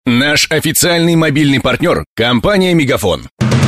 Наш официальный мобильный партнер – компания «Мегафон».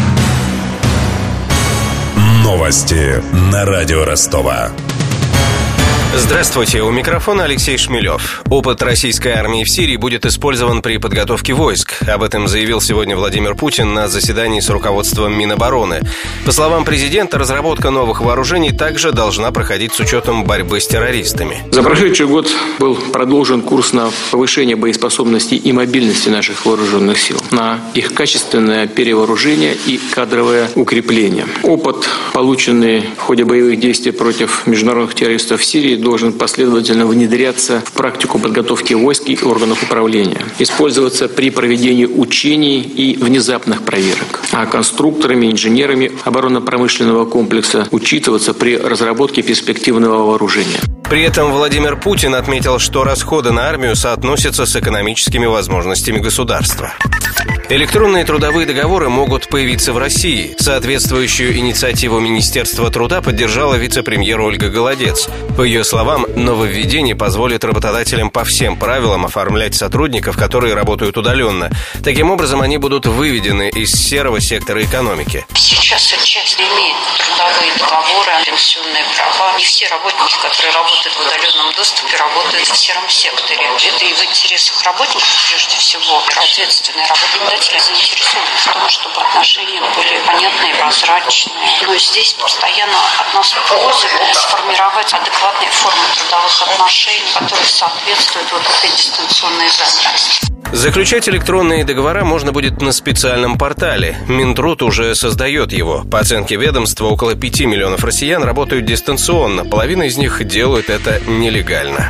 Новости на радио Ростова. Здравствуйте, у микрофона Алексей Шмелев. Опыт российской армии в Сирии будет использован при подготовке войск. Об этом заявил сегодня Владимир Путин на заседании с руководством Минобороны. По словам президента, разработка новых вооружений также должна проходить с учетом борьбы с террористами. За прошедший год был продолжен курс на повышение боеспособности и мобильности наших вооруженных сил, на их качественное перевооружение и кадровое укрепление. Опыт, полученный в ходе боевых действий против международных террористов в Сирии, должен последовательно внедряться в практику подготовки войск и органов управления, использоваться при проведении учений и внезапных проверок, а конструкторами, инженерами оборонно-промышленного комплекса учитываться при разработке перспективного вооружения. При этом Владимир Путин отметил, что расходы на армию соотносятся с экономическими возможностями государства. Электронные трудовые договоры могут появиться в России. Соответствующую инициативу Министерства труда поддержала вице-премьер Ольга Голодец. По ее словам, нововведение позволит работодателям по всем правилам оформлять сотрудников, которые работают удаленно. Таким образом, они будут выведены из серого сектора экономики. Сейчас часть имеет трудовые договоры, пенсионные права. Не все работники, которые работают в удаленном доступе, работают в сером секторе. Это и в интересах работников, прежде всего, ответственные работодатели заинтересованы в том, чтобы отношения были понятные, прозрачные. Но здесь постоянно от нас просят сформировать адекватные формы трудовых отношений, которые соответствуют вот этой дистанционной занятости. Заключать электронные договора можно будет на специальном портале. Минтруд уже создает его. По оценке ведомства, около 5 миллионов россиян работают дистанционно. Половина из них делают это нелегально.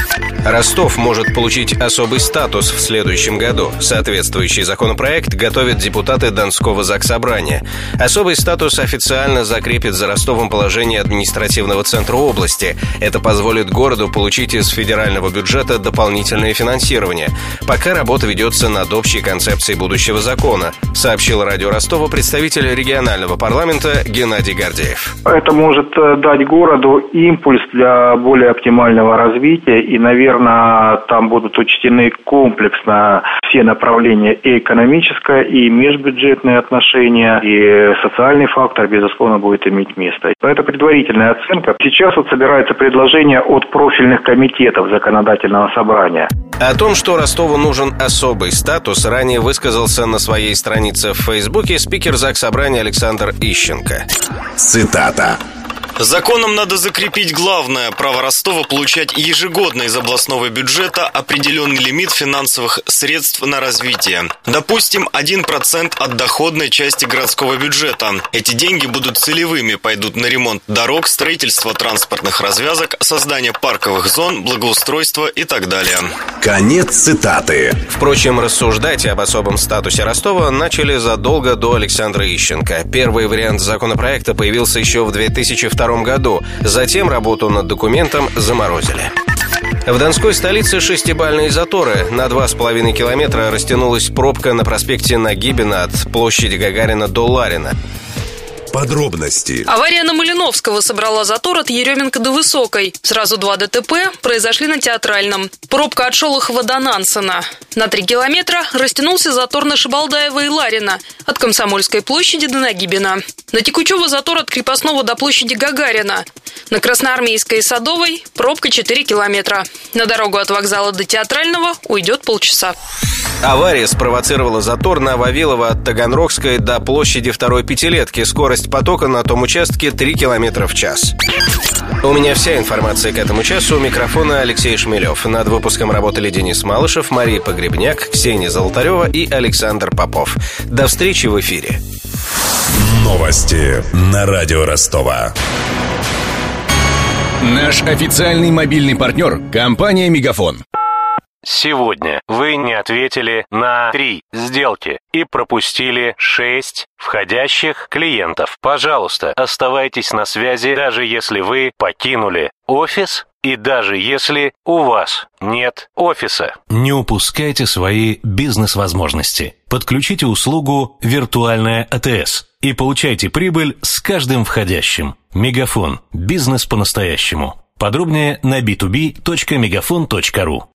Ростов может получить особый статус в следующем году. Соответствующий законопроект готовят депутаты Донского заксобрания. Особый статус официально закрепит за Ростовом положение административного центра области. Это позволит городу получить из федерального бюджета дополнительное финансирование. Пока работа ведется над общей концепцией будущего закона, сообщил радио Ростова представитель регионального парламента Геннадий Гордеев. Это может дать городу импульс для более оптимального развития, и, наверное, там будут учтены комплексно все направления: и экономическое, и межбюджетные отношения, и социальный фактор, безусловно, будет иметь место. Это предварительная оценка. Сейчас вот собирается предложение от профильных комитетов законодательного собрания. О том, что Ростову нужен особый статус, ранее высказался на своей странице в Фейсбуке спикер Заксобрания Александр Ищенко. Цитата. Законом надо закрепить главное – право Ростова получать ежегодно из областного бюджета определенный лимит финансовых средств на развитие. Допустим, 1% от доходной части городского бюджета. Эти деньги будут целевыми, пойдут на ремонт дорог, строительство транспортных развязок, создание парковых зон, благоустройство и так далее. Конец цитаты. Впрочем, рассуждать об особом статусе Ростова начали задолго до Александра Ищенко. Первый вариант законопроекта появился еще в 2002 году. Затем работу над документом заморозили. В Донской столице 6-бальные заторы. На 2,5 километра растянулась пробка на проспекте Нагибина от площади Гагарина до Ларина. Подробности. Авария на Малиновского собрала затор от Еременко до Высокой. Сразу 2 ДТП произошли на Театральном. Пробка от Шолохова до Нансена. На 3 километра растянулся затор на Шабалдаева и Ларина. От Комсомольской площади до Нагибина. На Текучево затор от Крепостного до площади Гагарина. На Красноармейской и Садовой пробка 4 километра. На дорогу от вокзала до Театрального уйдет полчаса. Авария спровоцировала затор на Вавилова от Таганрогской до площади Второй Пятилетки. Скорость потока на том участке 3 километра в час. У меня вся информация к этому часу. У микрофона Алексей Шмелев. Над выпуском работали Денис Малышев, Мария Погребняк, Ксения Золотарева и Александр Попов. До встречи в эфире. Новости на радио Ростова. Наш официальный мобильный партнер – компания «Мегафон». Сегодня вы не ответили на 3 сделки и пропустили 6 входящих клиентов. Пожалуйста, оставайтесь на связи, даже если вы покинули офис и даже если у вас нет офиса. Не упускайте свои бизнес-возможности. Подключите услугу «Виртуальная АТС» и получайте прибыль с каждым входящим. Мегафон. Бизнес по-настоящему. Подробнее на b2b.megafon.ru.